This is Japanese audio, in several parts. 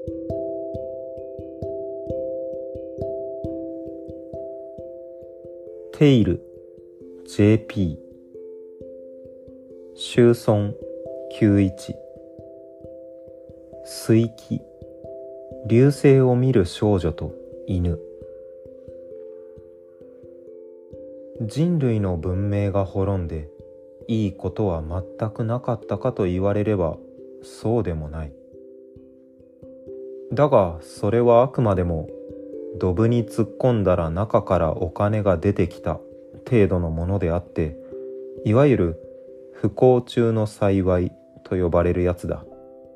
テイル JP 秋村91水気流星を見る少女と犬。人類の文明が滅んでいいことは全くなかったかと言われればそうでもない。だがそれはあくまでもドブに突っ込んだら中からお金が出てきた程度のものであって、いわゆる不幸中の幸いと呼ばれるやつだ。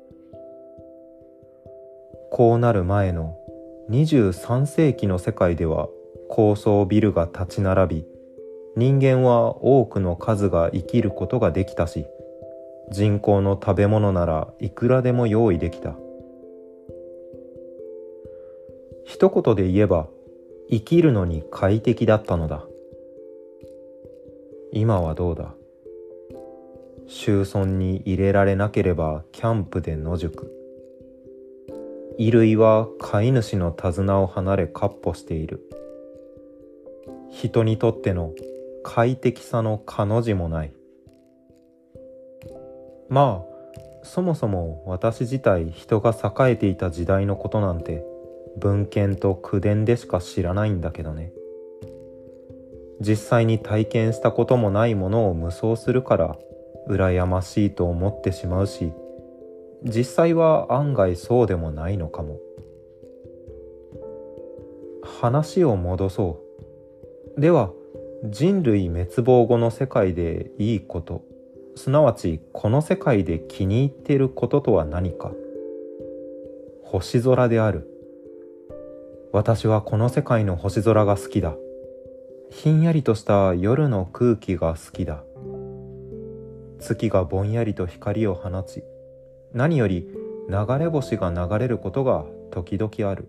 こうなる前の23世紀の世界では高層ビルが立ち並び、人間は多くの数が生きることができたし、人口の食べ物ならいくらでも用意できた。一言で言えば生きるのに快適だったのだ。今はどうだ。秋村に入れられなければキャンプで野宿。衣類は飼い主の手綱を離れ闊歩している。人にとっての快適さのかの字もない。まあそもそも私自体人が栄えていた時代のことなんて文献と口伝でしか知らないんだけどね。実際に体験したこともないものを無双するから羨ましいと思ってしまうし、実際は案外そうでもないのかも。話を戻そう。では人類滅亡後の世界でいいこと、すなわちこの世界で気に入っていることとは何か。星空である。私はこの世界の星空が好きだ。ひんやりとした夜の空気が好きだ。月がぼんやりと光を放ち、何より流れ星が流れることが時々ある。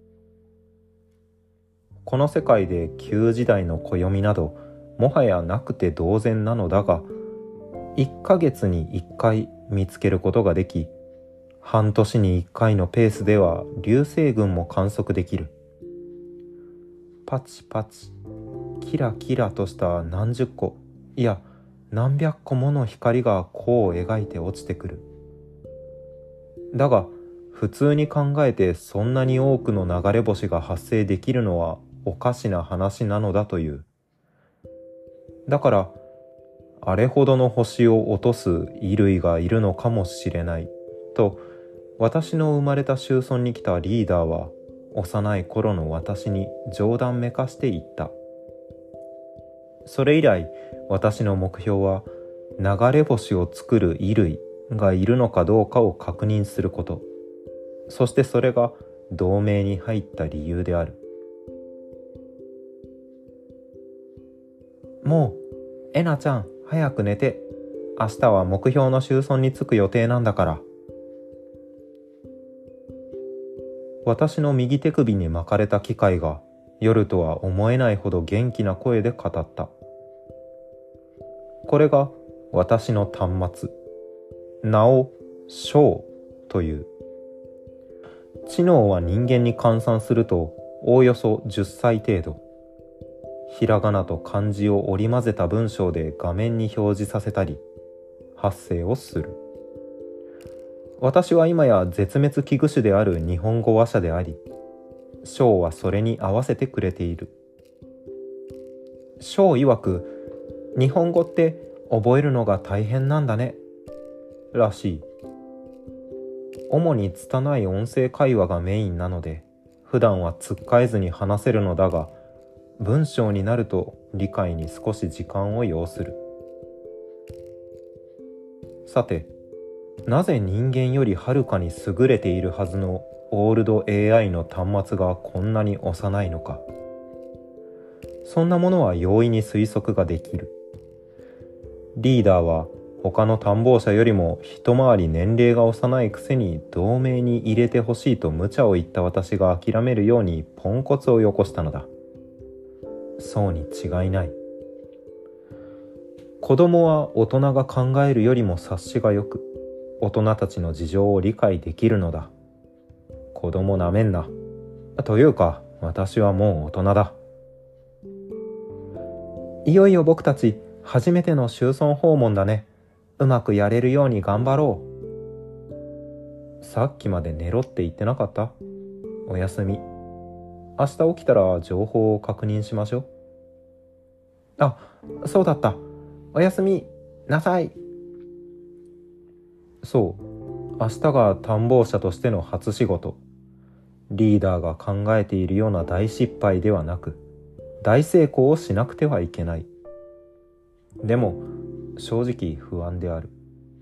この世界で旧時代の暦などもはやなくて同然なのだが、1ヶ月に1回見つけることができ、半年に1回のペースでは流星群も観測できる。パチパチ、キラキラとした何十個、いや何百個もの光が弧を描いて落ちてくる。だが普通に考えてそんなに多くの流れ星が発生できるのはおかしな話なのだという。だからあれほどの星を落とす衣類がいるのかもしれないと、私の生まれた秋村に来たリーダーは幼い頃の私に冗談めかして言った。それ以来私の目標は流れ星を作る衣類がいるのかどうかを確認すること。そしてそれが同盟に入った理由である。もうえなちゃん早く寝て。明日は目標の秋村に着く予定なんだから。私の右手首に巻かれた機械が夜とは思えないほど元気な声で語った。これが私の端末、名を小という。知能は人間に換算するとおおよそ10歳程度。ひらがなと漢字を織り交ぜた文章で画面に表示させたり発声をする。私は今や絶滅危惧種である日本語話者であり、小はそれに合わせてくれている。小曰く、日本語って覚えるのが大変なんだねらしい。主に拙い音声会話がメインなので普段はつっかえずに話せるのだが、文章になると理解に少し時間を要する。さて、なぜ人間よりはるかに優れているはずのオールド AI の端末がこんなに幼いのか。そんなものは容易に推測ができる。リーダーは他の探訪者よりも一回り年齢が幼いくせに同盟に入れてほしいと無茶を言った私が諦めるようにポンコツをよこしたのだ。そうに違いない。子供は大人が考えるよりも察しがよく、大人たちの事情を理解できるのだ。 子供なめんな。というか、私はもう大人だ。いよいよ僕たち、初めての収村訪問だね。うまくやれるように頑張ろう。さっきまで寝ろって言ってなかった？おやすみ。明日起きたら情報を確認しましょう。あ、そうだった。おやすみなさい。そう、明日が探訪者としての初仕事。リーダーが考えているような大失敗ではなく、大成功をしなくてはいけない。でも、正直不安である。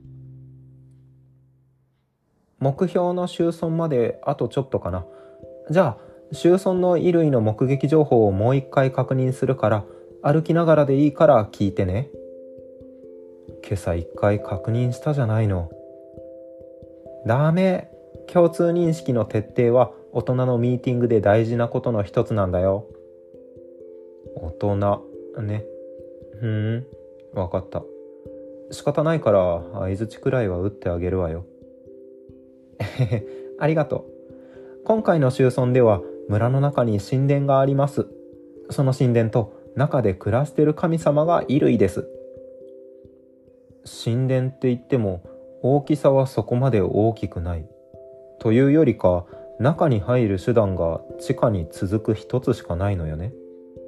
目標の収村まであとちょっとかな。じゃあ、収村の衣類の目撃情報をもう一回確認するから、歩きながらでいいから聞いてね。今朝一回確認したじゃないの。ダメ。共通認識の徹底は大人のミーティングで大事なことの一つなんだよ。大人ね。わかった。仕方ないから相槌くらいは打ってあげるわよ。ありがとう。今回の収村では村の中に神殿があります。その神殿と中で暮らしている神様が衣類です。神殿って言っても大きさはそこまで大きくない。というよりか、中に入る手段が地下に続く一つしかないのよね。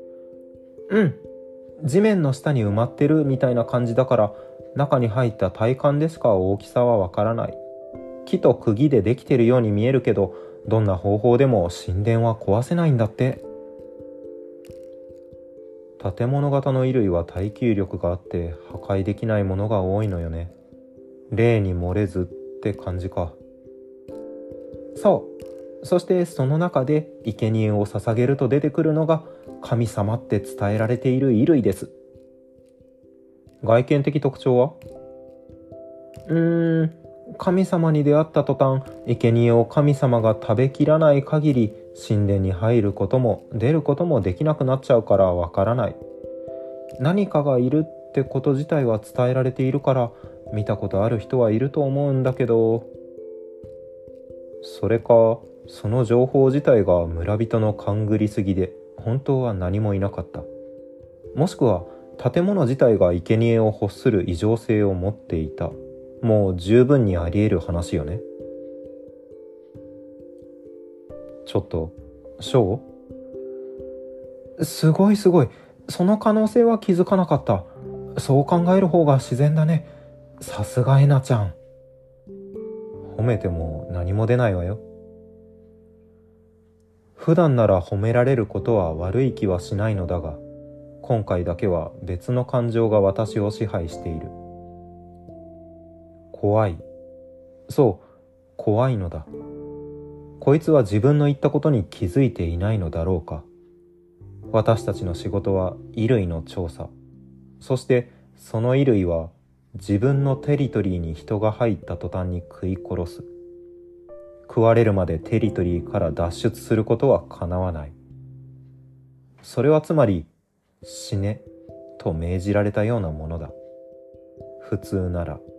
地面の下に埋まってるみたいな感じだから、中に入った体感でしか大きさはわからない。木と釘でできてるように見えるけど、どんな方法でも神殿は壊せないんだって。建物型の衣類は耐久力があって破壊できないものが多いのよね。例に漏れずって感じか。そう。そしてその中で生贄を捧げると出てくるのが神様って伝えられている衣類です。外見的特徴は？神様に出会った途端、生贄を神様が食べきらない限り神殿に入ることも出ることもできなくなっちゃうからわからない。何かがいるってこと自体は伝えられているから見たことある人はいると思うんだけど、それかその情報自体が村人の勘ぐりすぎで本当は何もいなかった。もしくは建物自体が生贄を欲する異常性を持っていた。もう十分にあり得る話よね。ちょっと、ショー？すごいすごい。その可能性は気づかなかった。そう考える方が自然だね。さすがえなちゃん。褒めても何も出ないわよ。普段なら褒められることは悪い気はしないのだが、今回だけは別の感情が私を支配している。怖い。そう、怖いのだ。こいつは自分の言ったことに気づいていないのだろうか。私たちの仕事は衣類の調査。そしてその衣類は自分のテリトリーに人が入った途端に食い殺す。食われるまでテリトリーから脱出することは叶わない。それはつまり死ねと命じられたようなものだ。普通なら。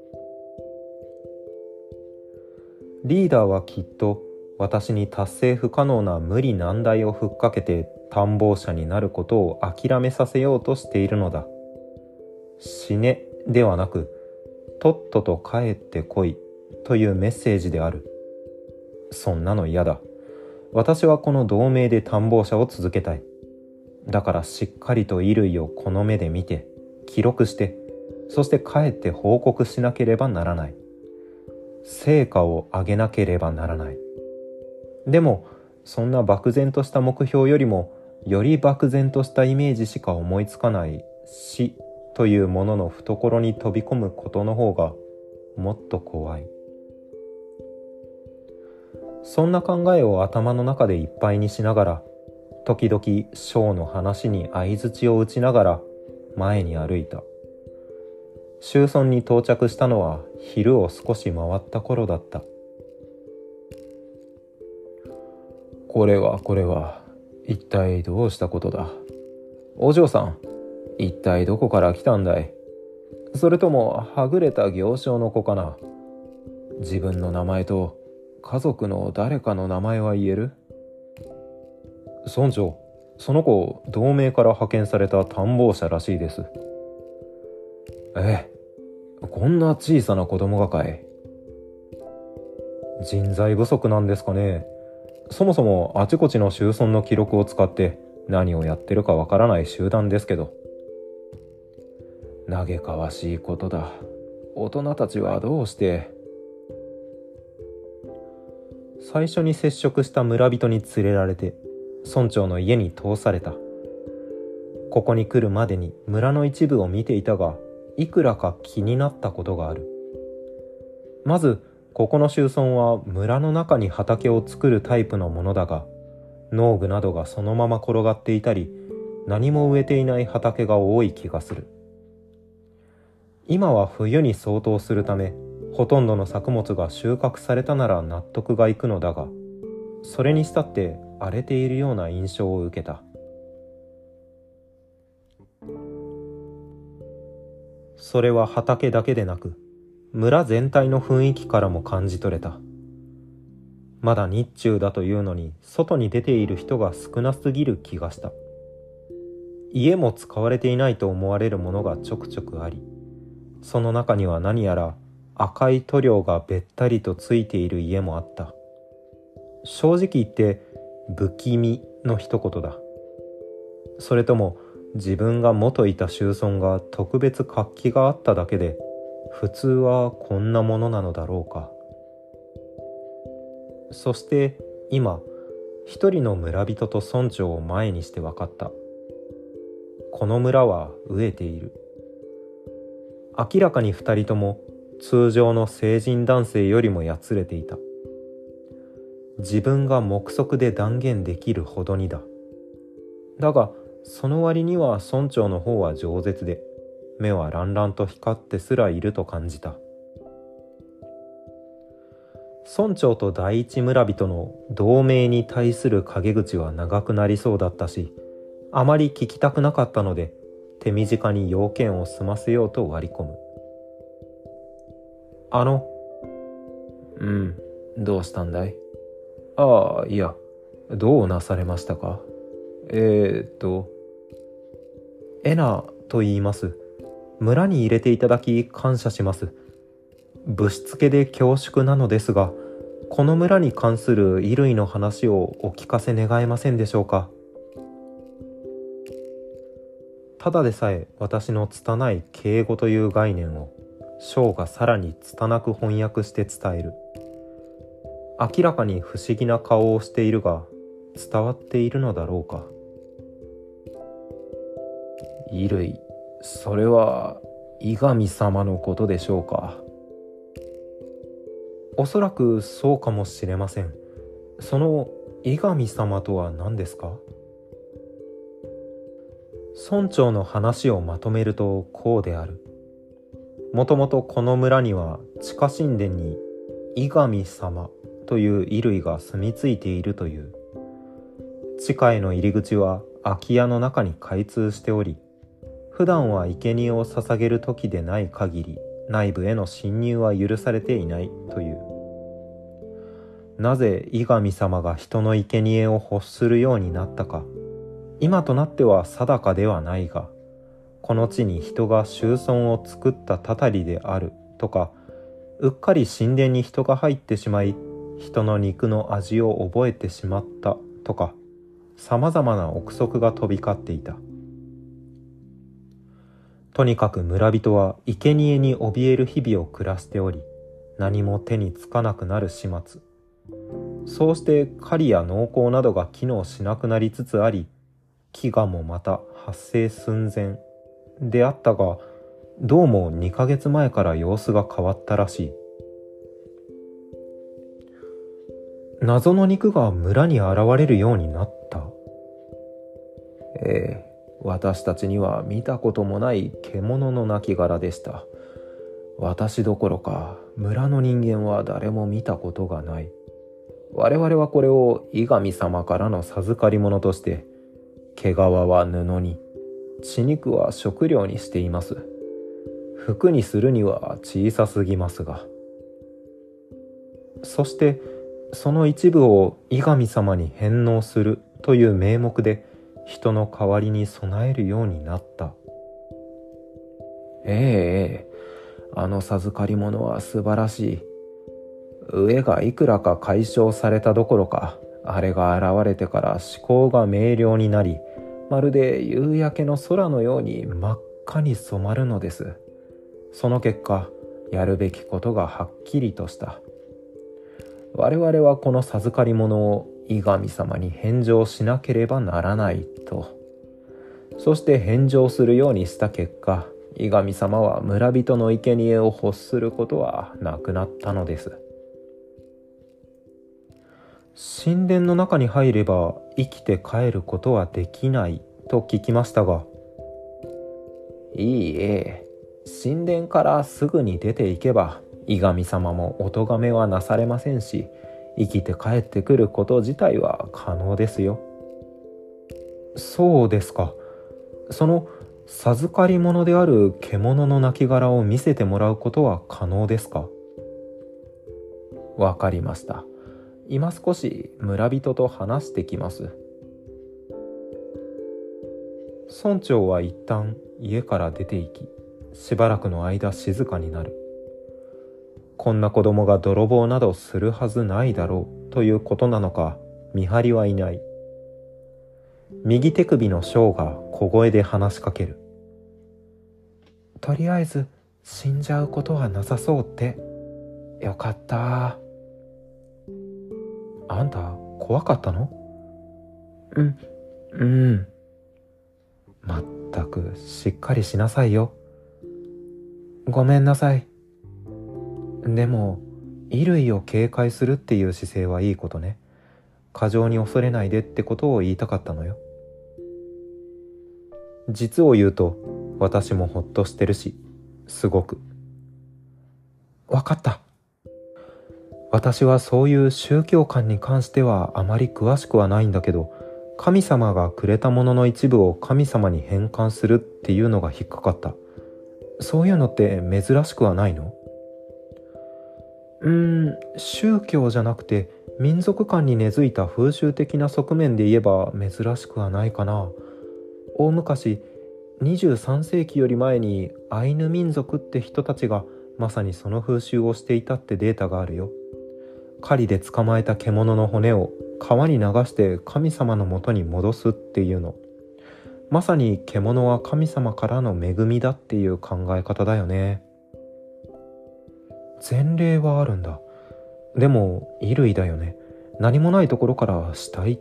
リーダーはきっと私に達成不可能な無理難題をふっかけて探訪者になることを諦めさせようとしているのだ。死ねではなく、とっとと帰ってこいというメッセージである。そんなの嫌だ。私はこの同盟で探訪者を続けたい。だからしっかりと衣類をこの目で見て、記録して、そして帰って報告しなければならない。成果を上げなければならない。でも、そんな漠然とした目標よりも、より漠然としたイメージしか思いつかない死というものの懐に飛び込むことの方がもっと怖い。そんな考えを頭の中でいっぱいにしながら、時々ショーの話に相槌を打ちながら前に歩いた。終村に到着したのは昼を少し回った頃だった。これは一体どうしたことだ。お嬢さん、一体どこから来たんだい。それともはぐれた行商の子かな。自分の名前と家族の誰かの名前は言える？村長、その子、同盟から派遣された探訪者らしいです。こんな小さな子供がかい。人材不足なんですかね。そもそもあちこちの集村の記録を使って何をやってるかわからない集団ですけど。嘆かわしいことだ。大人たちはどうして。最初に接触した村人に連れられて村長の家に通された。ここに来るまでに村の一部を見ていたが、いくらか気になったことがある。まずここの集村は村の中に畑を作るタイプのものだが、農具などがそのまま転がっていたり、何も植えていない畑が多い気がする。今は冬に相当するため、ほとんどの作物が収穫されたなら納得がいくのだが、それにしたって荒れているような印象を受けた。それは畑だけでなく、村全体の雰囲気からも感じ取れた。まだ日中だというのに外に出ている人が少なすぎる気がした。家も使われていないと思われるものがちょくちょくあり、その中には何やら赤い塗料がべったりとついている家もあった。正直言って不気味の一言だ。それとも自分が元いた集村が特別活気があっただけで、普通はこんなものなのだろうか。そして今、一人の村人と村長を前にして分かった。この村は飢えている。明らかに二人とも通常の成人男性よりもやつれていた。自分が目測で断言できるほどにだ。だがその割には村長の方は饒舌で、目はランランと光ってすらいると感じた。村長と第一村人の同盟に対する陰口は長くなりそうだったし、あまり聞きたくなかったので、手短に要件を済ませようと割り込む。どうしたんだい？いや、どうなされましたか？エナと言います。村に入れていただき感謝します。ぶしつけで恐縮なのですが、この村に関する衣類の話をお聞かせ願えませんでしょうか。ただでさえ私の拙い敬語という概念を翔がさらに拙く翻訳して伝える。明らかに不思議な顔をしているが、伝わっているのだろうか。衣類、それは伊神様のことでしょうか。おそらくそうかもしれません。その伊神様とは何ですか？村長の話をまとめるとこうである。もともとこの村には地下神殿に伊神様という衣類が住み着いているという。地下への入り口は空き家の中に開通しており、普段は生贄を捧げる時でない限り内部への侵入は許されていないという。なぜ伊神様が人の生贄を欲するようになったか、今となっては定かではないが、この地に人が集村を作ったたたりであるとか、うっかり神殿に人が入ってしまい、人の肉の味を覚えてしまったとか、様々な憶測が飛び交っていた。とにかく村人は生贄に怯える日々を暮らしており、何も手につかなくなる始末。そうして狩りや農耕などが機能しなくなりつつあり、飢餓もまた発生寸前であったが、どうも2ヶ月前から様子が変わったらしい。謎の肉が村に現れるようになった。私たちには見たこともない獣の亡骸でした。私どころか村の人間は誰も見たことがない。我々はこれを伊神様からの授かり物として、毛皮は布に、血肉は食料にしています。服にするには小さすぎますが。そしてその一部を伊神様に返納するという名目で人の代わりに備えるようになった。ええ、あの授かり物は素晴らしい。飢えがいくらか解消されたどころか、あれが現れてから思考が明瞭になり、まるで夕焼けの空のように真っ赤に染まるのです。その結果、やるべきことがはっきりとした。我々はこの授かり物を伊神様に返上しなければならないと。そして返上するようにした結果、伊神様は村人の生贄を欲することはなくなったのです。神殿の中に入れば生きて帰ることはできないと聞きましたが。いいえ、神殿からすぐに出ていけば伊神様もお咎めはなされませんし、生きて帰ってくること自体は可能ですよ。そうですか。その授かり物である獣の亡骸を見せてもらうことは可能ですか？わかりました。今少し村人と話してきます。村長は一旦家から出て行き、しばらくの間静かになる。こんな子供が泥棒などするはずないだろうということなのか、見張りはいない。右手首の将が小声で話しかける。とりあえず死んじゃうことはなさそうって。よかった。あんた怖かったの？うん。まったくしっかりしなさいよ。ごめんなさい。でも衣類を警戒するっていう姿勢はいいことね。過剰に恐れないでってことを言いたかったのよ。実を言うと私もほっとしてるし、すごく。わかった。私はそういう宗教観に関してはあまり詳しくはないんだけど、神様がくれたものの一部を神様に返還するっていうのが引っかかった。そういうのって珍しくはないの？宗教じゃなくて民族間に根付いた風習的な側面で言えば珍しくはないかな。大昔、23世紀より前にアイヌ民族って人たちがまさにその風習をしていたってデータがあるよ。狩りで捕まえた獣の骨を川に流して神様のもとに戻すっていうの。まさに獣は神様からの恵みだっていう考え方だよね。前例はあるんだ。でも衣類だよね。何もないところから死体って。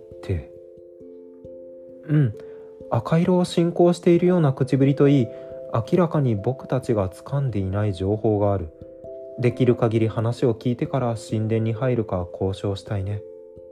赤色を信仰しているような口ぶりといい、明らかに僕たちが掴んでいない情報がある。できる限り話を聞いてから神殿に入るか交渉したいね。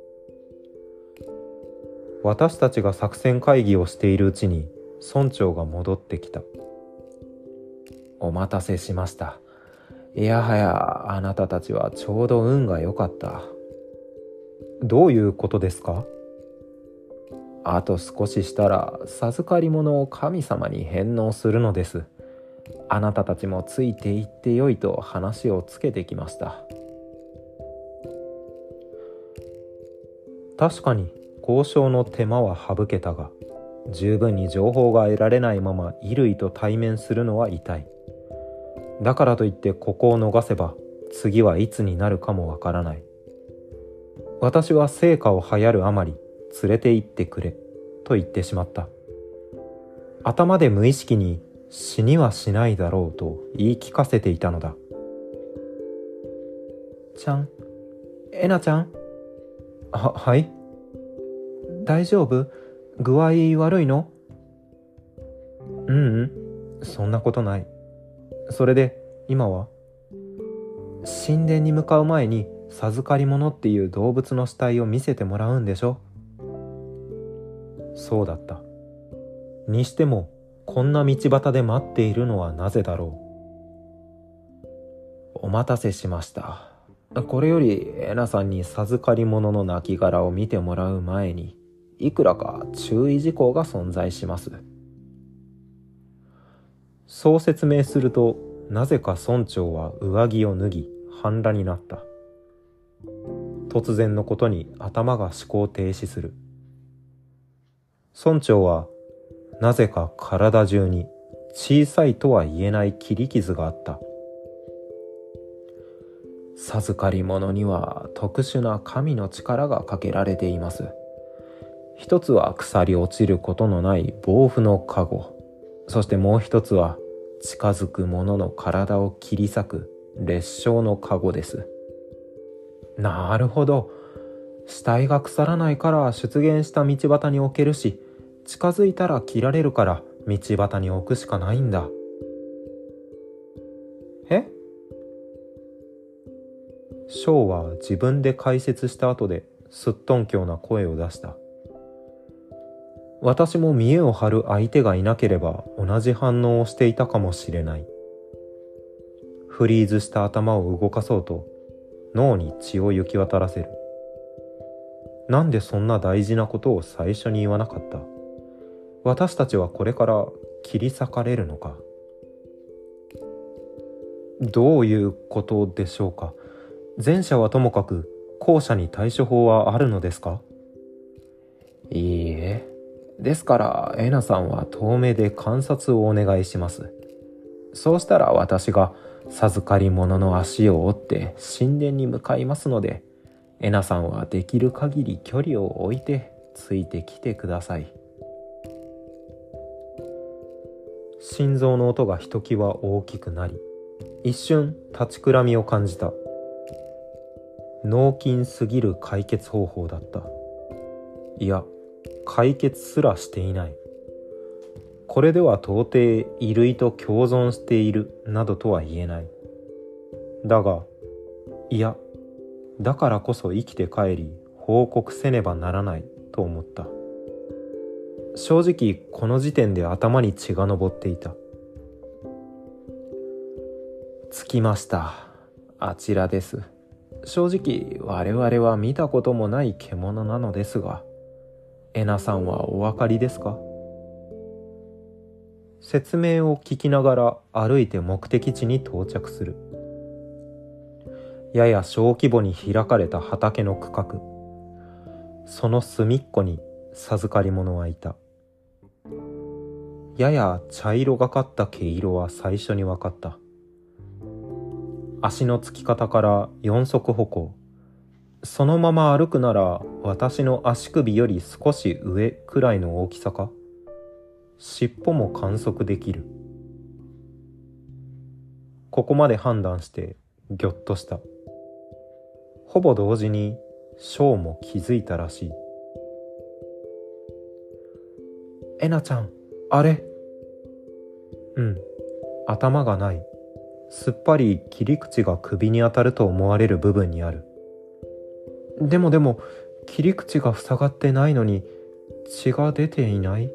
私たちが作戦会議をしているうちに村長が戻ってきた。お待たせしました。いやはやあなたたちはちょうど運が良かった。どういうことですか？あと少ししたら授かり物を神様に返納するのです。あなたたちもついていってよいと話をつけてきました。確かに交渉の手間は省けたが、十分に情報が得られないまま衣類と対面するのは痛い。だからといってここを逃せば次はいつになるかもわからない。私は成果を流行るあまり連れて行ってくれと言ってしまった。頭で無意識に死にはしないだろうと言い聞かせていたのだ。えなちゃん？はい？大丈夫？具合悪いの？そんなことない。それで今は？神殿に向かう前に授かり物っていう動物の死体を見せてもらうんでしょ？そうだった。にしてもこんな道端で待っているのはなぜだろう。お待たせしました。これよりエナさんに授かり物の亡骸を見てもらう前にいくらか注意事項が存在します。そう説明すると、なぜか村長は上着を脱ぎ半裸になった。 突然のことに頭が思考停止する。村長はなぜか体中に小さいとは言えない切り傷があった。授かり物には特殊な神の力がかけられています。一つは腐り落ちることのない防腐の加護、そしてもう一つは近づく者の体を切り裂く裂傷の加護です。なるほど。死体が腐らないから出現した道端に置けるし、近づいたら切られるから道端に置くしかないんだ。え？翔は自分で解説した後ですっとんきょうな声を出した。私も見栄を張る相手がいなければ同じ反応をしていたかもしれない。フリーズした頭を動かそうと脳に血を行き渡らせる。なんでそんな大事なことを最初に言わなかった？私たちはこれから切り裂かれるのか？どういうことでしょうか。前者はともかく後者に対処法はあるのですか？いいえ。ですからエナさんは遠目で観察をお願いします。そうしたら私が授かり物の足を折って神殿に向かいますので、エナさんはできる限り距離を置いてついてきてください。心臓の音がひときわ大きくなり、一瞬立ちくらみを感じた。脳筋すぎる解決方法だった。いや、解決すらしていない。これでは到底衣類と共存しているなどとは言えない。だが、いや、だからこそ生きて帰り報告せねばならないと思った。正直この時点で頭に血が上っていた。着きました。あちらです。正直我々は見たこともない獣なのですが、エナさんはお分かりですか？説明を聞きながら歩いて目的地に到着する。やや小規模に開かれた畑の区画。その隅っこに授かり物はいた。やや茶色がかった毛色は最初に分かった。足のつき方から四足歩行。そのまま歩くなら私の足首より少し上くらいの大きさか。尻尾も観測できる。ここまで判断してぎょっとした。ほぼ同時にショーも気づいたらしい。エナちゃん、あれ。頭がない。すっぱり切り口が首に当たると思われる部分にある。でも切り口が塞がってないのに血が出ていない。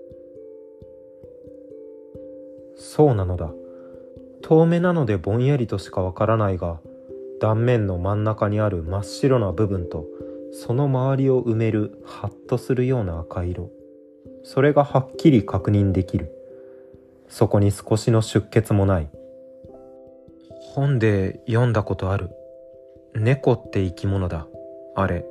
そうなのだ。遠目なのでぼんやりとしかわからないが、断面の真ん中にある真っ白な部分とその周りを埋めるハッとするような赤色、それがはっきり確認できる。そこに少しの出血もない。本で読んだことある。猫って生き物だ、あれ。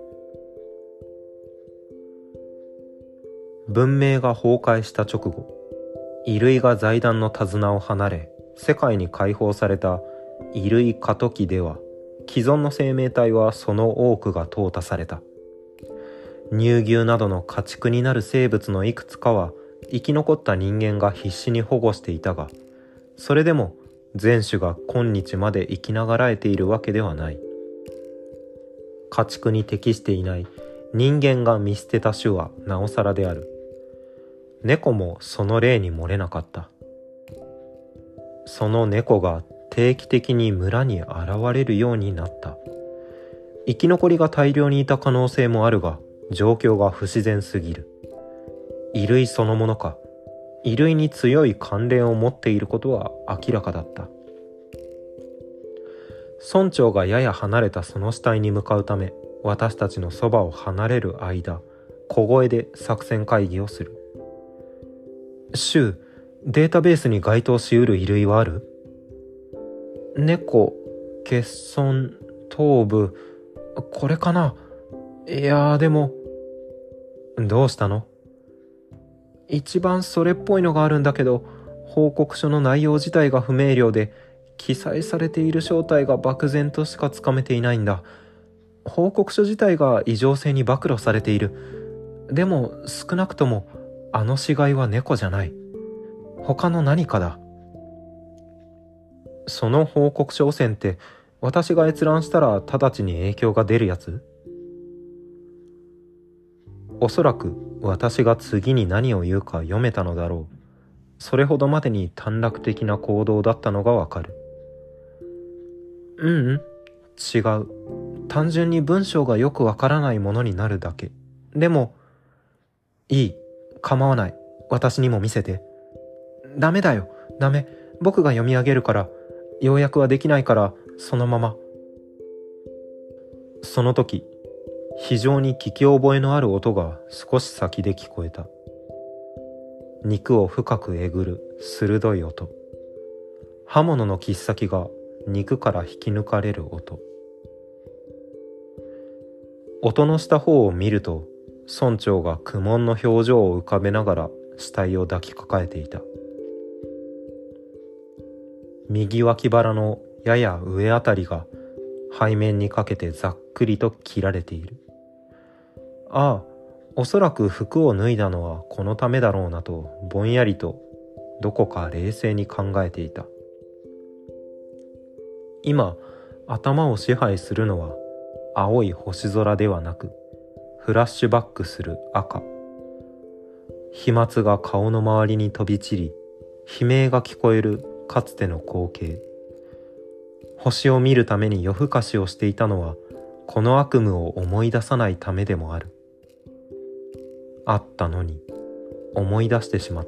文明が崩壊した直後、衣類が財団の手綱を離れ世界に解放された衣類過渡期では、既存の生命体はその多くが淘汰された。乳牛などの家畜になる生物のいくつかは生き残った人間が必死に保護していたが、それでも全種が今日まで生きながらえているわけではない。家畜に適していない人間が見捨てた種はなおさらである。猫もその例に漏れなかった。その猫が定期的に村に現れるようになった。生き残りが大量にいた可能性もあるが、状況が不自然すぎる。衣類そのものか、衣類に強い関連を持っていることは明らかだった。村長がやや離れたその死体に向かうため、私たちのそばを離れる間、小声で作戦会議をする。シュウ、データベースに該当しうる衣類はある？猫、欠損、頭部、 これかな。いやでも。どうしたの？一番それっぽいのがあるんだけど、報告書の内容自体が不明瞭で、記載されている正体が漠然としかつかめていないんだ。報告書自体が異常性に暴露されている。でも少なくともあの死骸は猫じゃない。他の何かだ。その報告書汚染って私が閲覧したら直ちに影響が出るやつ？おそらく私が次に何を言うか読めたのだろう。それほどまでに短絡的な行動だったのがわかる。違う。単純に文章がよくわからないものになるだけ。でも、いい。構わない。私にも見せて。ダメだよ。ダメ。僕が読み上げるから。要約はできないから、そのまま。その時、非常に聞き覚えのある音が少し先で聞こえた。肉を深くえぐる鋭い音。刃物の切っ先が肉から引き抜かれる音。音のした方を見ると、村長が苦悶の表情を浮かべながら死体を抱きかかえていた。右脇腹のやや上あたりが背面にかけてざっくりと切られている。ああ、おそらく服を脱いだのはこのためだろうなとぼんやりとどこか冷静に考えていた。今頭を支配するのは青い星空ではなくフラッシュバックする赤。飛沫が顔の周りに飛び散り悲鳴が聞こえるかつての光景。星を見るために夜更かしをしていたのはこの悪夢を思い出さないためでもある。あったのに思い出してしまった。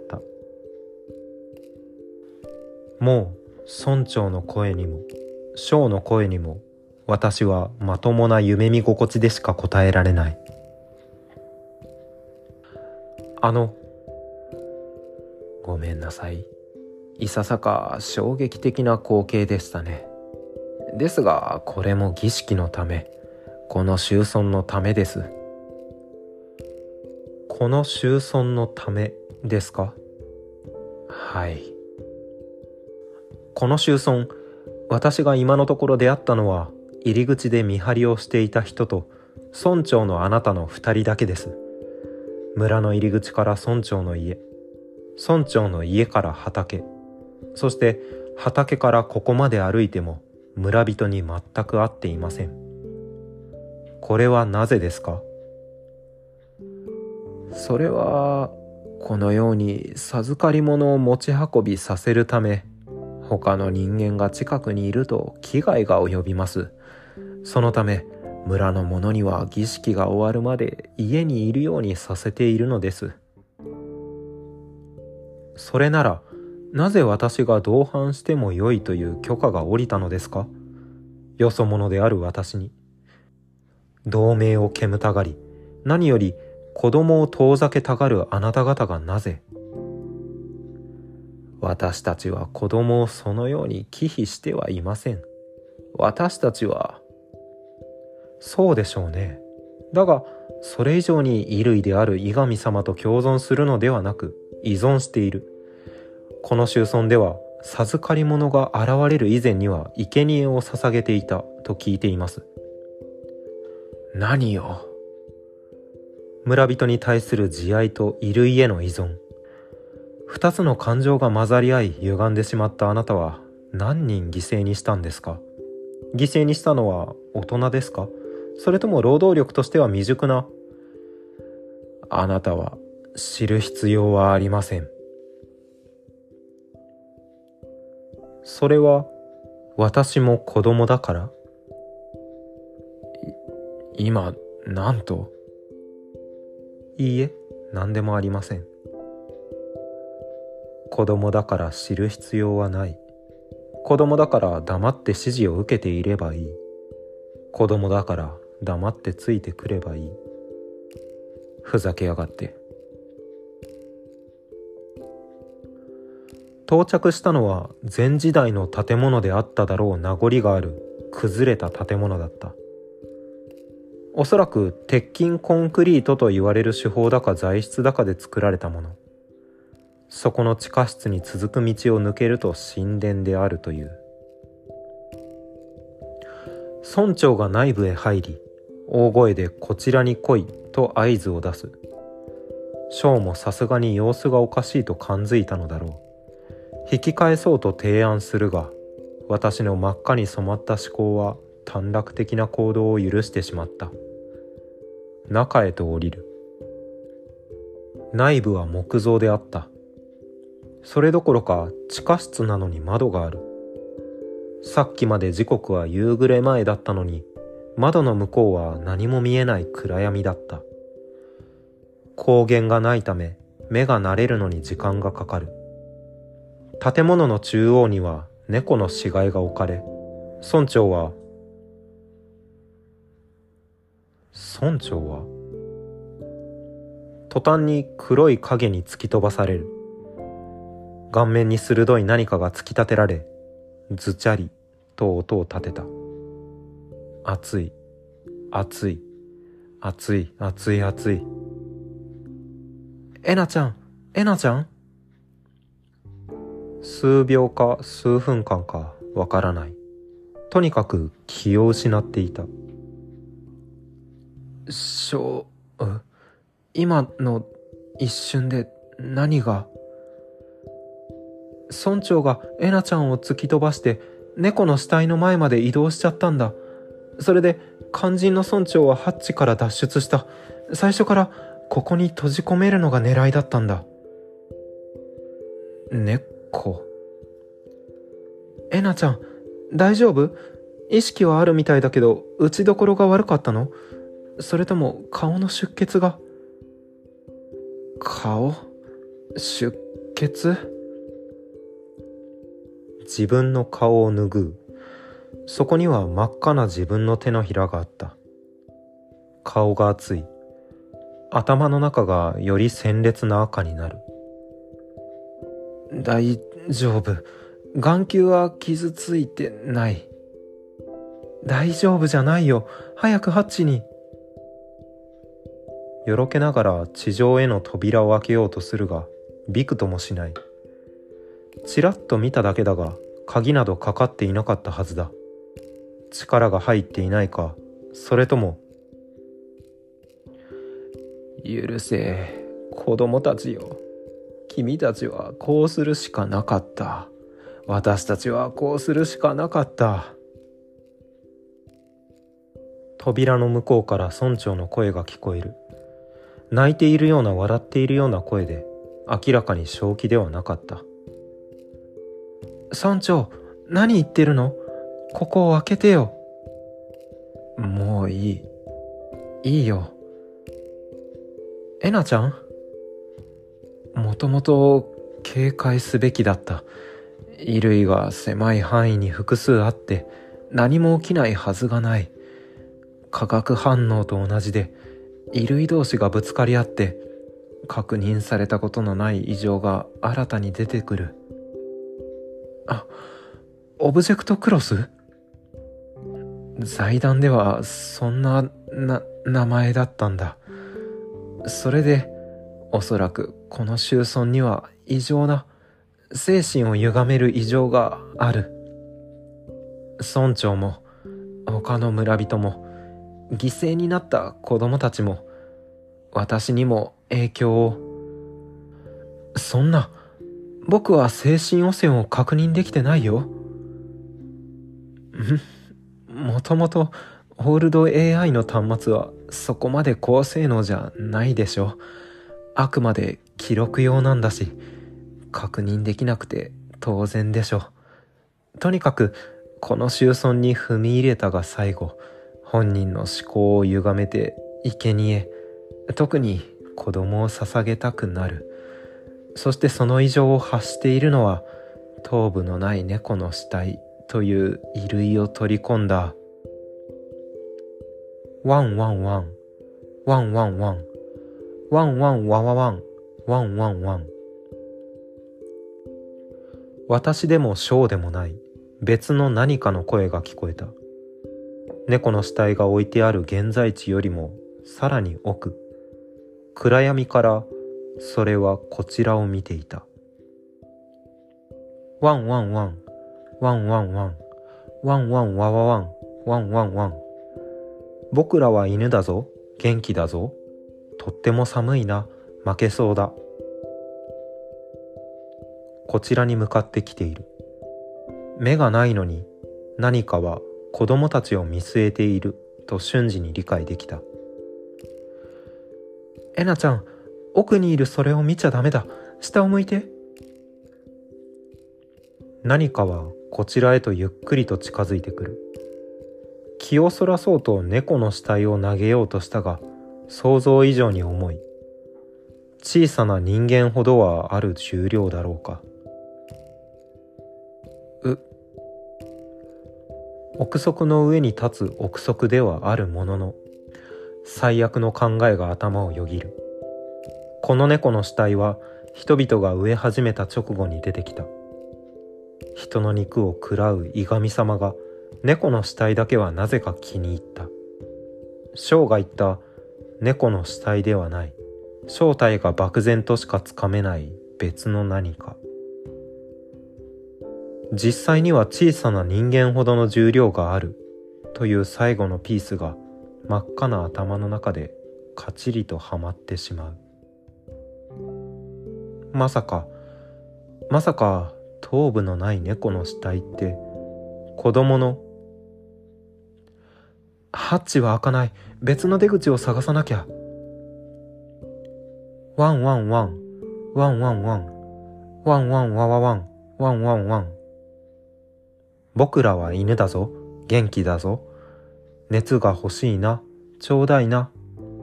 もう村長の声にも将の声にも私はまともな夢見心地でしか答えられない。ごめんなさい。いささか衝撃的な光景でしたね。ですがこれも儀式のため、この収村のためです。この収村のためですか？はい。この収村、私が今のところ出会ったのは入り口で見張りをしていた人と村長のあなたの2人だけです。村の入り口から村長の家、村長の家から畑、そして畑からここまで歩いても村人に全く会っていません。これはなぜですか？それはこのように授かり物を持ち運びさせるため、他の人間が近くにいると危害が及びます。そのため村の者には儀式が終わるまで家にいるようにさせているのです。それならなぜ私が同伴してもよいという許可が下りたのですか？よそ者である私に。同盟を煙たがり、何より子供を遠ざけたがるあなた方がなぜ？私たちは子供をそのように忌避してはいません。私たちは。そうでしょうね。だがそれ以上に衣類である伊神様と共存するのではなく依存している。この収村では授かり物が現れる以前には生贄を捧げていたと聞いています。何よ。村人に対する慈愛と衣類への依存、二つの感情が混ざり合い歪んでしまったあなたは何人犠牲にしたんですか？犠牲にしたのは大人ですか？それとも労働力としては未熟な？あなたは知る必要はありません。それは私も子供だから？今なんと？いいえ、何でもありません。子供だから知る必要はない。子供だから黙って指示を受けていればいい。子供だから黙ってついてくればいい。ふざけやがって。到着したのは前時代の建物であっただろう名残がある崩れた建物だった。 おそらく鉄筋コンクリートと言われる手法だか材質だかで作られたもの。そこの地下室に続く道を抜けると神殿であるという。村長が内部へ入り、大声でこちらに来いと合図を出す。将もさすがに様子がおかしいと感づいたのだろう。引き返そうと提案するが、私の真っ赤に染まった思考は短絡的な行動を許してしまった。中へと降りる。内部は木造であった。それどころか地下室なのに窓がある。さっきまで時刻は夕暮れ前だったのに、窓の向こうは何も見えない暗闇だった。光源がないため目が慣れるのに時間がかかる。建物の中央には猫の死骸が置かれ、村長は途端に黒い影に突き飛ばされる。顔面に鋭い何かが突き立てられ、ズチャリと音を立てた。熱い、熱い、熱い、熱い、熱い。えなちゃん、えなちゃん。数秒か数分間かわからない。とにかく気を失っていた。今の一瞬で何が。村長がえなちゃんを突き飛ばして猫の死体の前まで移動しちゃったんだ。それで肝心の村長はハッチから脱出した。最初からここに閉じ込めるのが狙いだったんだ。猫。えなちゃん、大丈夫？意識はあるみたいだけど、打ちどころが悪かったの？それとも顔の出血が。顔？出血？自分の顔を拭う。そこには真っ赤な自分の手のひらがあった。顔が熱い。頭の中がより鮮烈な赤になる。大丈夫。眼球は傷ついてない。大丈夫じゃないよ。早くハッチに。よろけながら地上への扉を開けようとするが、びくともしない。ちらっと見ただけだが、鍵などかかっていなかったはずだ。力が入っていないか、それとも。許せ、子供たちよ。君たちはこうするしかなかった。私たちはこうするしかなかった。扉の向こうから村長の声が聞こえる。泣いているような笑っているような声で、明らかに正気ではなかった。村長、何言ってるの？ここを開けてよ。もういい。いいよ。えなちゃん？もともと警戒すべきだった。衣類が狭い範囲に複数あって何も起きないはずがない。化学反応と同じで衣類同士がぶつかり合って確認されたことのない異常が新たに出てくる。オブジェクトクロス？財団ではそんな名前だったんだ。それでおそらくこの州村には異常な精神を歪める異常がある。村長も他の村人も犠牲になった子供たちも私にも影響を。そんな、僕は精神汚染を確認できてないよ。もともとホールド AI の端末はそこまで高性能じゃないでしょ。あくまで記録用なんだし確認できなくて当然でしょ。とにかくこの州村に踏み入れたが最後、本人の思考を歪めて生贄、特に子供を捧げたくなる。そしてその異常を発しているのは頭部のない猫の死体という衣類を取り込んだ。ワンワンワン、ワンワンワン、ワンワンワワワン、ワンワンワン。私でもショーでもない別の何かの声が聞こえた。 猫の死体が置いてある現在地よりもさらに奥、暗闇からそれはこちらを見ていた。ワンワンワン、ワンワンワン、ワンワンワワワン、ワンワンワン。僕らは犬だぞ、元気だぞ。とっても寒いな、負けそうだ。こちらに向かってきている。目がないのに何かは子供たちを見据えていると瞬時に理解できた。えなちゃん、奥にいるそれを見ちゃダメだ。下を向いて。何かはこちらへとゆっくりと近づいてくる。気をそらそうと猫の死体を投げようとしたが、想像以上に重い。小さな人間ほどはある重量だろうか。憶測の上に立つ憶測ではあるものの、最悪の考えが頭をよぎる。この猫の死体は人々が飢え始めた直後に出てきた。人の肉を食らういがみ様が猫の死体だけはなぜか気に入った。ショーが言った猫の死体ではない、正体が漠然としかつかめない別の何か。実際には小さな人間ほどの重量があるという最後のピースが真っ赤な頭の中でカチリとはまってしまう。まさか頭部のない猫の死体って子供の。ハッチは開かない。別の出口を探さなきゃ。ワンワンワン、ワンワンワン、ワンワンワワワン、ワンワンワン。僕らは犬だぞ、元気だぞ。熱が欲しいな、ちょうだいな。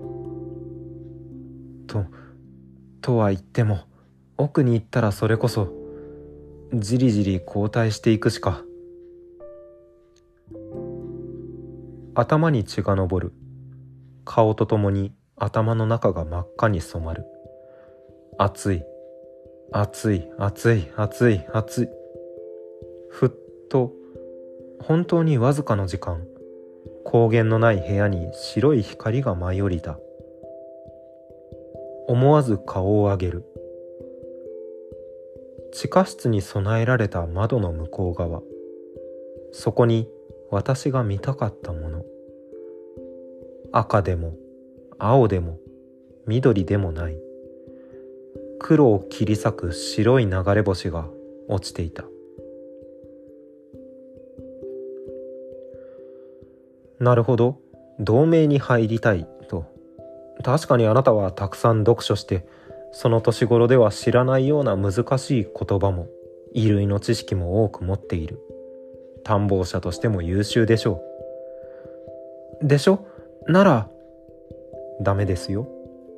とは言っても、奥に行ったらそれこそじりじり後退していくしか。頭に血が上る。顔とともに頭の中が真っ赤に染まる。熱い、熱い、熱い、熱い、熱い。ふっと、本当にわずかの時間、光源のない部屋に白い光が舞い降りた。思わず顔を上げる。地下室に備えられた窓の向こう側、そこに私が見たかったもの。赤でも青でも緑でもない、黒を切り裂く白い流れ星が落ちていた。なるほど、同盟に入りたいと。確かにあなたはたくさん読書して、その年頃では知らないような難しい言葉も衣類の知識も多く持っている。探訪者としても優秀でしょう。でしょ？ならダメですよ。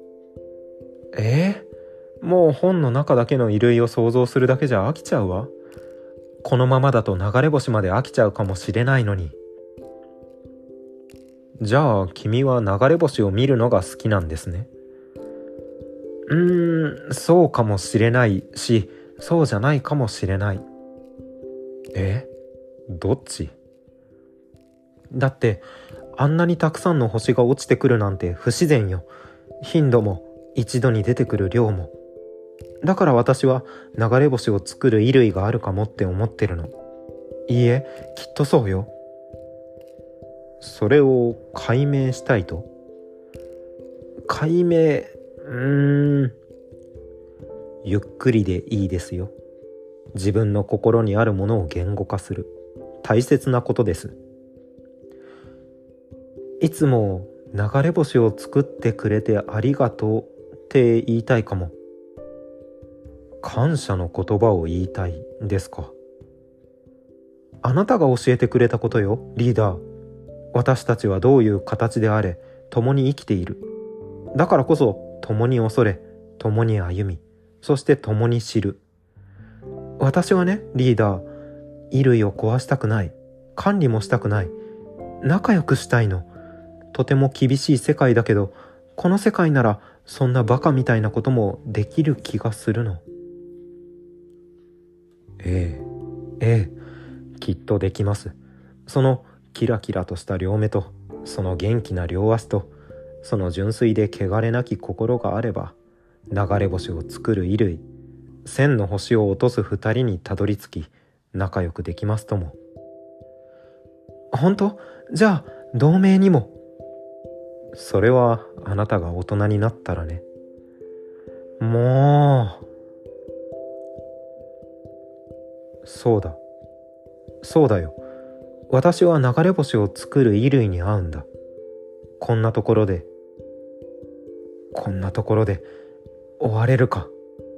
もう本の中だけの衣類を想像するだけじゃ飽きちゃうわ。このままだと流れ星まで飽きちゃうかもしれないのに。じゃあ君は流れ星を見るのが好きなんですね。そうかもしれないし、そうじゃないかもしれない。どっち？だってあんなにたくさんの星が落ちてくるなんて不自然よ。頻度も一度に出てくる量も。だから私は流れ星を作る衣類があるかもって思ってるの。いいえ、きっとそうよ。それを解明したいと？解明、ゆっくりでいいですよ。自分の心にあるものを言語化する。大切なことです。いつも流れ星を作ってくれてありがとうって言いたいかも。感謝の言葉を言いたいですか。あなたが教えてくれたことよ、リーダー。私たちはどういう形であれ共に生きている。だからこそ共に恐れ、共に歩み、そして共に知る。私はね、リーダー、衣類を壊したくない。管理もしたくない。仲良くしたいの。とても厳しい世界だけど、この世界ならそんなバカみたいなこともできる気がするの。ええ、きっとできます。そのキラキラとした両目とその元気な両足とその純粋で汚れなき心があれば、流れ星を作る衣類、千の星を落とす二人にたどり着き仲良くできますとも。本当？じゃあ同盟にも。それはあなたが大人になったらね。もう。そうだよ。私は流れ星を作る衣類に合うんだ。こんなところで追われるか。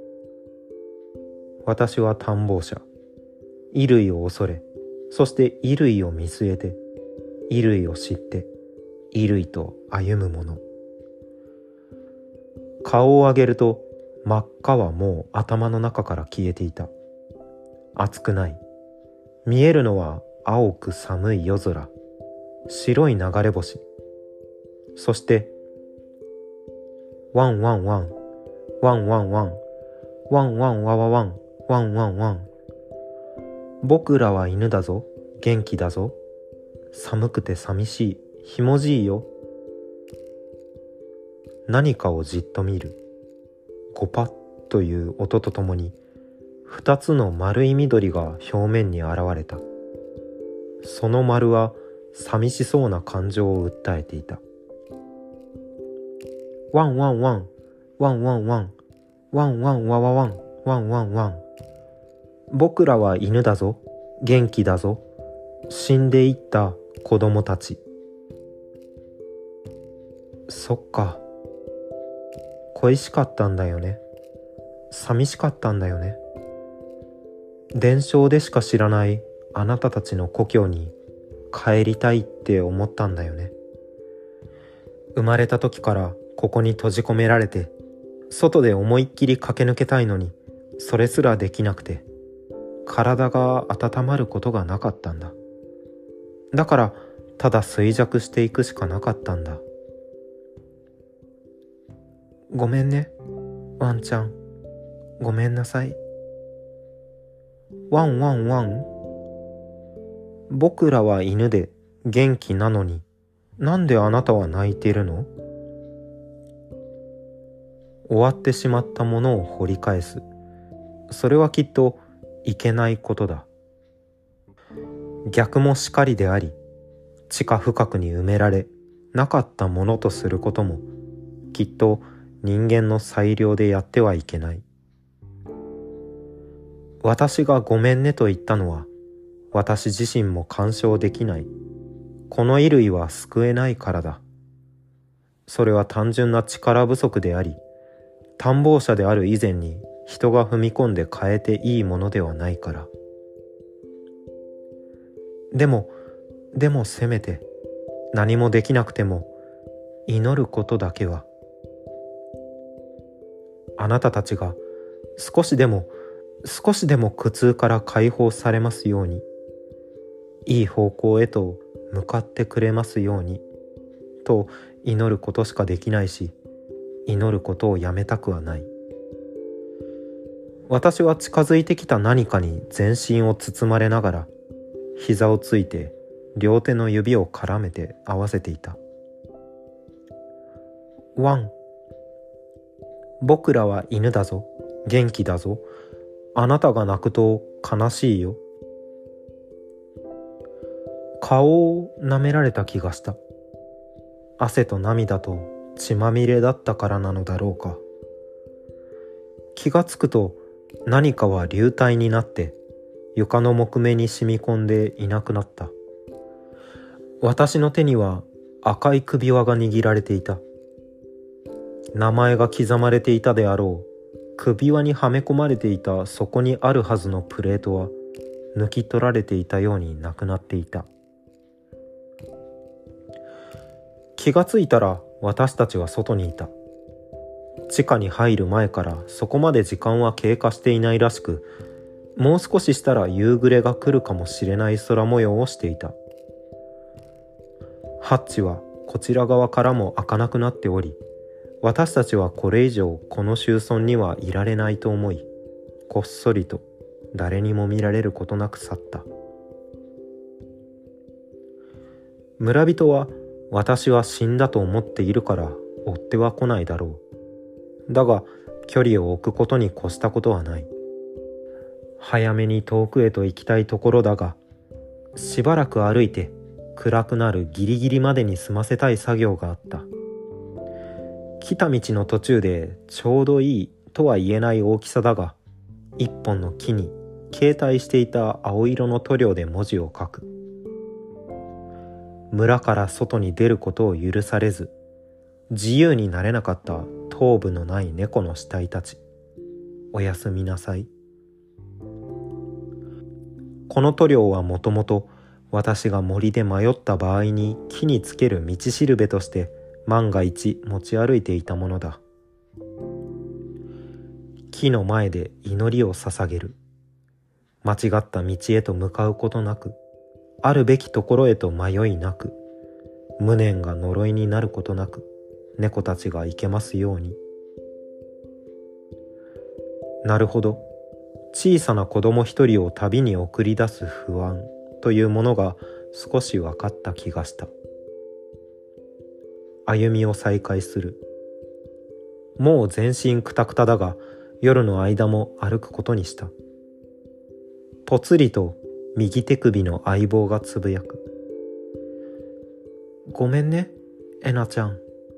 私は探訪者。衣類を恐れ、そして衣類を見据えて、衣類を知って、衣類と歩む者。顔を上げると真っ赤はもう頭の中から消えていた。熱くない。見えるのは青く寒い夜空、白い流れ星。そしてワンワンワン、ワンワンワン、ワンワンワワワン、ワンワンワン。僕らは犬だぞ、元気だぞ。寒くて寂しい、ひもじいよ。何かをじっと見る。ゴパッという音とともに、二つの丸い緑が表面に現れた。その丸は寂しそうな感情を訴えていた。ワンワンワン、ワンワンワン、ワンワンワワワン、ワンワンワン。僕らは犬だぞ、元気だぞ。死んでいった子供たち。そっか。恋しかったんだよね。寂しかったんだよね。伝承でしか知らないあなたたちの故郷に帰りたいって思ったんだよね。生まれた時からここに閉じ込められて、外で思いっきり駆け抜けたいのに、それすらできなくて、体が温まることがなかったんだ。だからただ衰弱していくしかなかったんだ。ごめんね、ワンちゃん。ごめんなさい。ワンワンワン。僕らは犬で元気なのに、なんであなたは泣いているの？終わってしまったものを掘り返す。それはきっといけないことだ。逆もしかりであり、地下深くに埋められなかったものとすることも、きっと人間の裁量でやってはいけない。私がごめんねと言ったのは、私自身も干渉できない。この衣類は救えないからだ。それは単純な力不足であり、探訪者である以前に人が踏み込んで変えていいものではないから。でもせめて何もできなくても祈ることだけは。あなたたちが少しでも苦痛から解放されますように、いい方向へと向かってくれますようにと祈ることしかできないし、祈ることをやめたくはない。私は近づいてきた何かに全身を包まれながら、膝をついて両手の指を絡めて合わせていた。ワン。僕らは犬だぞ、元気だぞ。あなたが泣くと悲しいよ。顔を舐められた気がした。汗と涙と血まみれだったからなのだろうか。気がつくと何かは流体になって床の木目に染み込んでいなくなった。私の手には赤い首輪が握られていた。名前が刻まれていたであろう首輪にはめ込まれていたそこにあるはずのプレートは抜き取られていたようになくなっていた。気がついたら私たちは外にいた。地下に入る前からそこまで時間は経過していないらしく、もう少ししたら夕暮れが来るかもしれない空模様をしていた。ハッチはこちら側からも開かなくなっており、私たちはこれ以上この集村にはいられないと思い、こっそりと誰にも見られることなく去った。 村人は私は死んだと思っているから追っては来ないだろう。だが距離を置くことに越したことはない。早めに遠くへと行きたいところだが、しばらく歩いて暗くなるギリギリまでに済ませたい作業があった。来た道の途中でちょうどいいとは言えない大きさだが、一本の木に携帯していた青色の塗料で文字を書く。村から外に出ることを許されず、自由になれなかった頭部のない猫の死体たち、おやすみなさい。この塗料はもともと私が森で迷った場合に木につける道しるべとして万が一持ち歩いていたものだ。木の前で祈りを捧げる。間違った道へと向かうことなく、あるべきところへと迷いなく、無念が呪いになることなく、猫たちが行けますように。なるほど。小さな子供一人を旅に送り出す不安というものが少し分かった気がした。歩みを再開する。もう全身くたくただが、夜の間も歩くことにした。ぽつりと右手首の相棒がつぶやく。ごめんね、えなちゃん。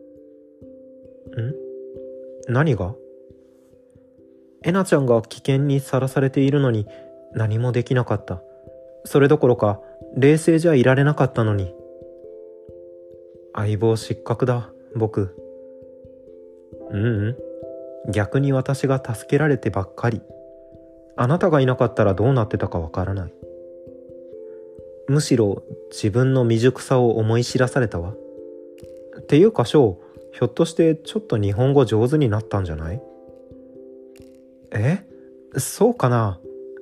何が？えなちゃんが危険にさらされているのに何もできなかった。それどころか冷静じゃいられなかったのに。相棒失格だ、僕。逆に私が助けられてばっかり。あなたがいなかったらどうなってたかわからない。むしろ自分の未熟さを思い知らされたわ。っていうか翔、ひょっとしてちょっと日本語上手になったんじゃない？そうかな。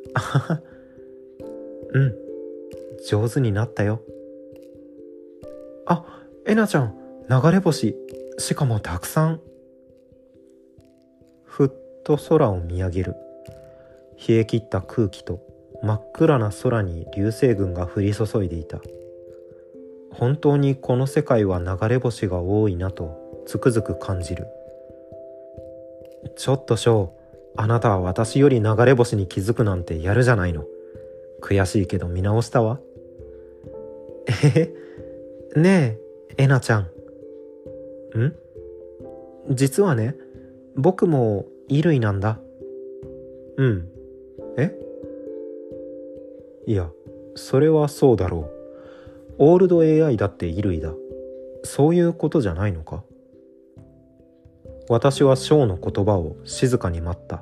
上手になったよ。あ、えなちゃん、流れ星、しかもたくさん。ふっと空を見上げる。冷え切った空気と真っ暗な空に流星群が降り注いでいた。本当にこの世界は流れ星が多いなとつくづく感じる。ちょっと翔、あなたは私より流れ星に気づくなんてやるじゃないの。悔しいけど見直したわ。ねえ、えなちゃん。実はね、僕も衣類なんだ。いや、それはそうだろう。オールド AI だって衣類だ。そういうことじゃないのか？私はショーの言葉を静かに待った。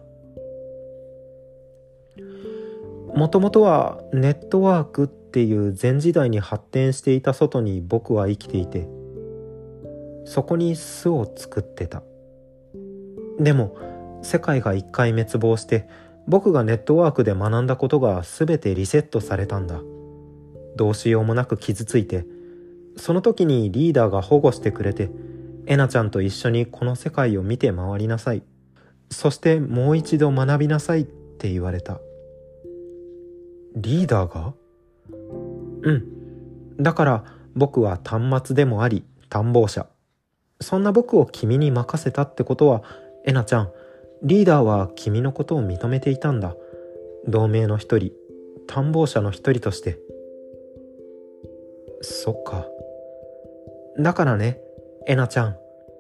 もともとはネットワークっていう前時代に発展していた外に僕は生きていて、そこに巣を作ってた。でも世界が一回滅亡して、僕がネットワークで学んだことが全てリセットされたんだ。どうしようもなく傷ついて、その時にリーダーが保護してくれて、えなちゃんと一緒にこの世界を見て回りなさい。そしてもう一度学びなさいって言われた。リーダーが？だから僕は端末でもあり探訪者。そんな僕を君に任せたってことは、えなちゃん、リーダーは君のことを認めていたんだ。同盟の一人、探訪者の一人として。そっか。だからね、えなちゃん。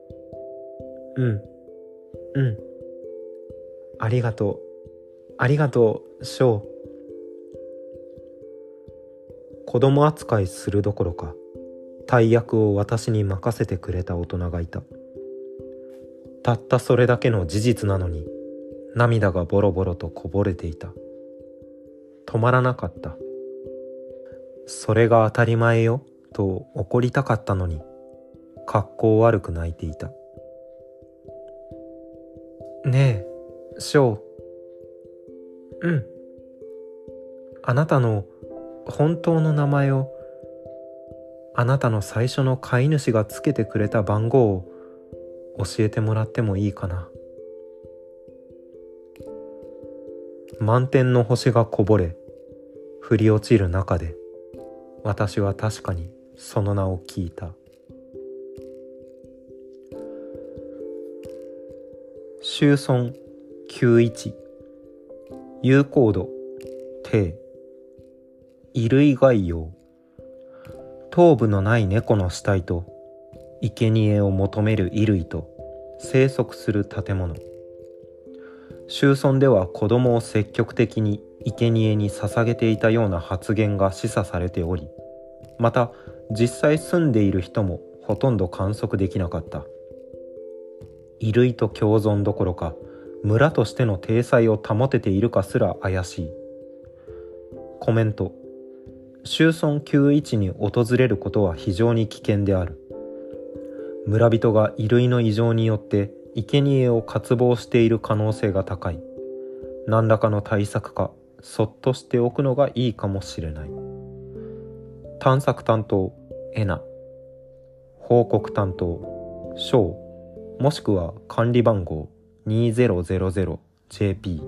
ありがとう。ありがとう、ショー。子供扱いするどころか、大役を私に任せてくれた大人がいた。たったそれだけの事実なのに、涙がボロボロとこぼれていた。止まらなかった。それが当たり前よ、と怒りたかったのに、格好悪く泣いていた。ねえ、ショー。あなたの本当の名前を、あなたの最初の飼い主がつけてくれた番号を教えてもらってもいいかな。満天の星がこぼれ、降り落ちる中で、私は確かにその名を聞いた。秋村91有効度低衣類概要。頭部のない猫の死体と生贄を求める衣類と生息する建物。秋村では子供を積極的に生贄に捧げていたような発言が示唆されており、また実際住んでいる人もほとんど観測できなかった。衣類と共存どころか村としての体裁を保てているかすら怪しい。コメント。秋村91に訪れることは非常に危険である。村人が衣類の異常によって生贄を渇望している可能性が高い。何らかの対策かそっとしておくのがいいかもしれない。探索担当エナ、報告担当ショウ、もしくは管理番号 2000JP。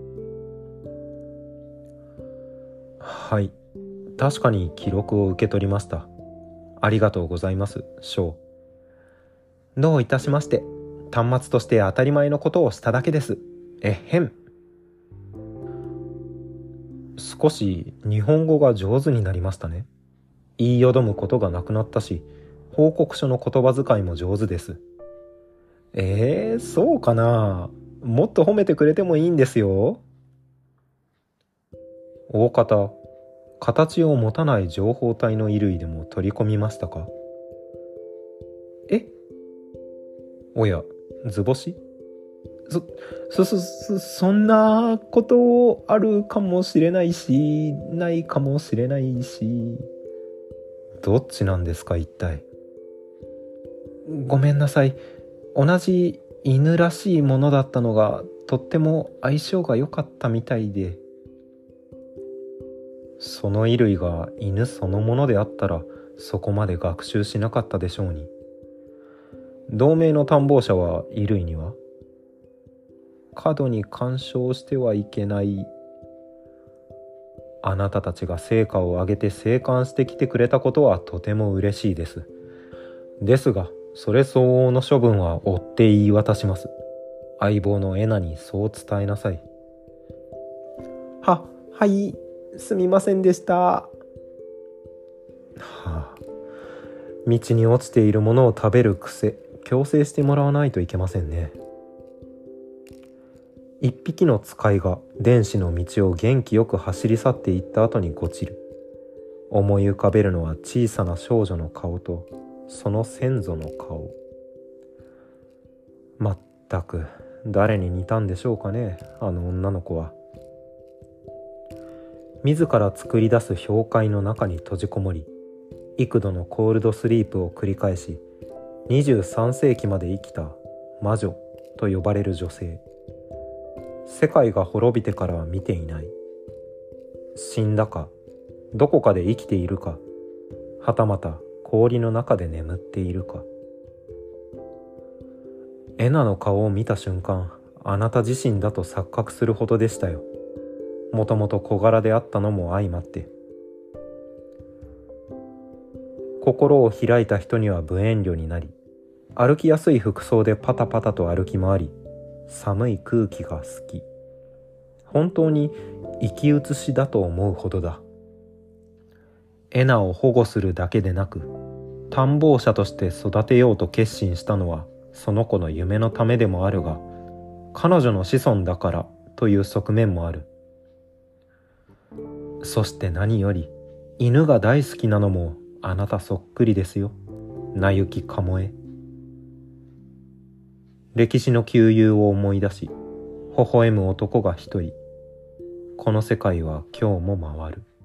はい、確かに記録を受け取りました。ありがとうございます、ショウ。どういたしまして。端末として当たり前のことをしただけです。えっへん。少し日本語が上手になりましたね。言いよどむことがなくなったし、報告書の言葉遣いも上手です。そうかな。もっと褒めてくれてもいいんですよ。大方、形を持たない情報体の衣類でも取り込みましたか？おや、図星？そんなことあるかもしれないし、ないかもしれないし。どっちなんですか、一体。ごめんなさい。同じ犬らしいものだったのが、とっても相性が良かったみたいで。その衣類が犬そのものであったら、そこまで学習しなかったでしょうに。同盟の探訪者は衣類には過度に干渉してはいけない。あなたたちが成果を上げて生還してきてくれたことはとても嬉しいです。ですが、それ相応の処分は追って言い渡します。相棒のエナにそう伝えなさい。はい、すみませんでした。はあ、道に落ちているものを食べる癖、強制してもらわないといけませんね。一匹の使いが電子の道を元気よく走り去っていった後にゴチる。思い浮かべるのは小さな少女の顔とその先祖の顔。まったく誰に似たんでしょうかね、あの女の子は。自ら作り出す氷塊の中に閉じこもり、幾度のコールドスリープを繰り返し、23世紀まで生きた魔女と呼ばれる女性。世界が滅びてからは見ていない。死んだか、どこかで生きているか、はたまた氷の中で眠っているか。エナの顔を見た瞬間、あなた自身だと錯覚するほどでしたよ。もともと小柄であったのも相まって。心を開いた人には無遠慮になり、歩きやすい服装でパタパタと歩き回り、寒い空気が好き。本当に生き写しだと思うほどだ。エナを保護するだけでなく、探訪者として育てようと決心したのはその子の夢のためでもあるが、彼女の子孫だからという側面もある。そして何より、犬が大好きなのもあなたそっくりですよ、名行かもえ。歴史の旧友を思い出し、微笑む男が一人。この世界は今日も回る。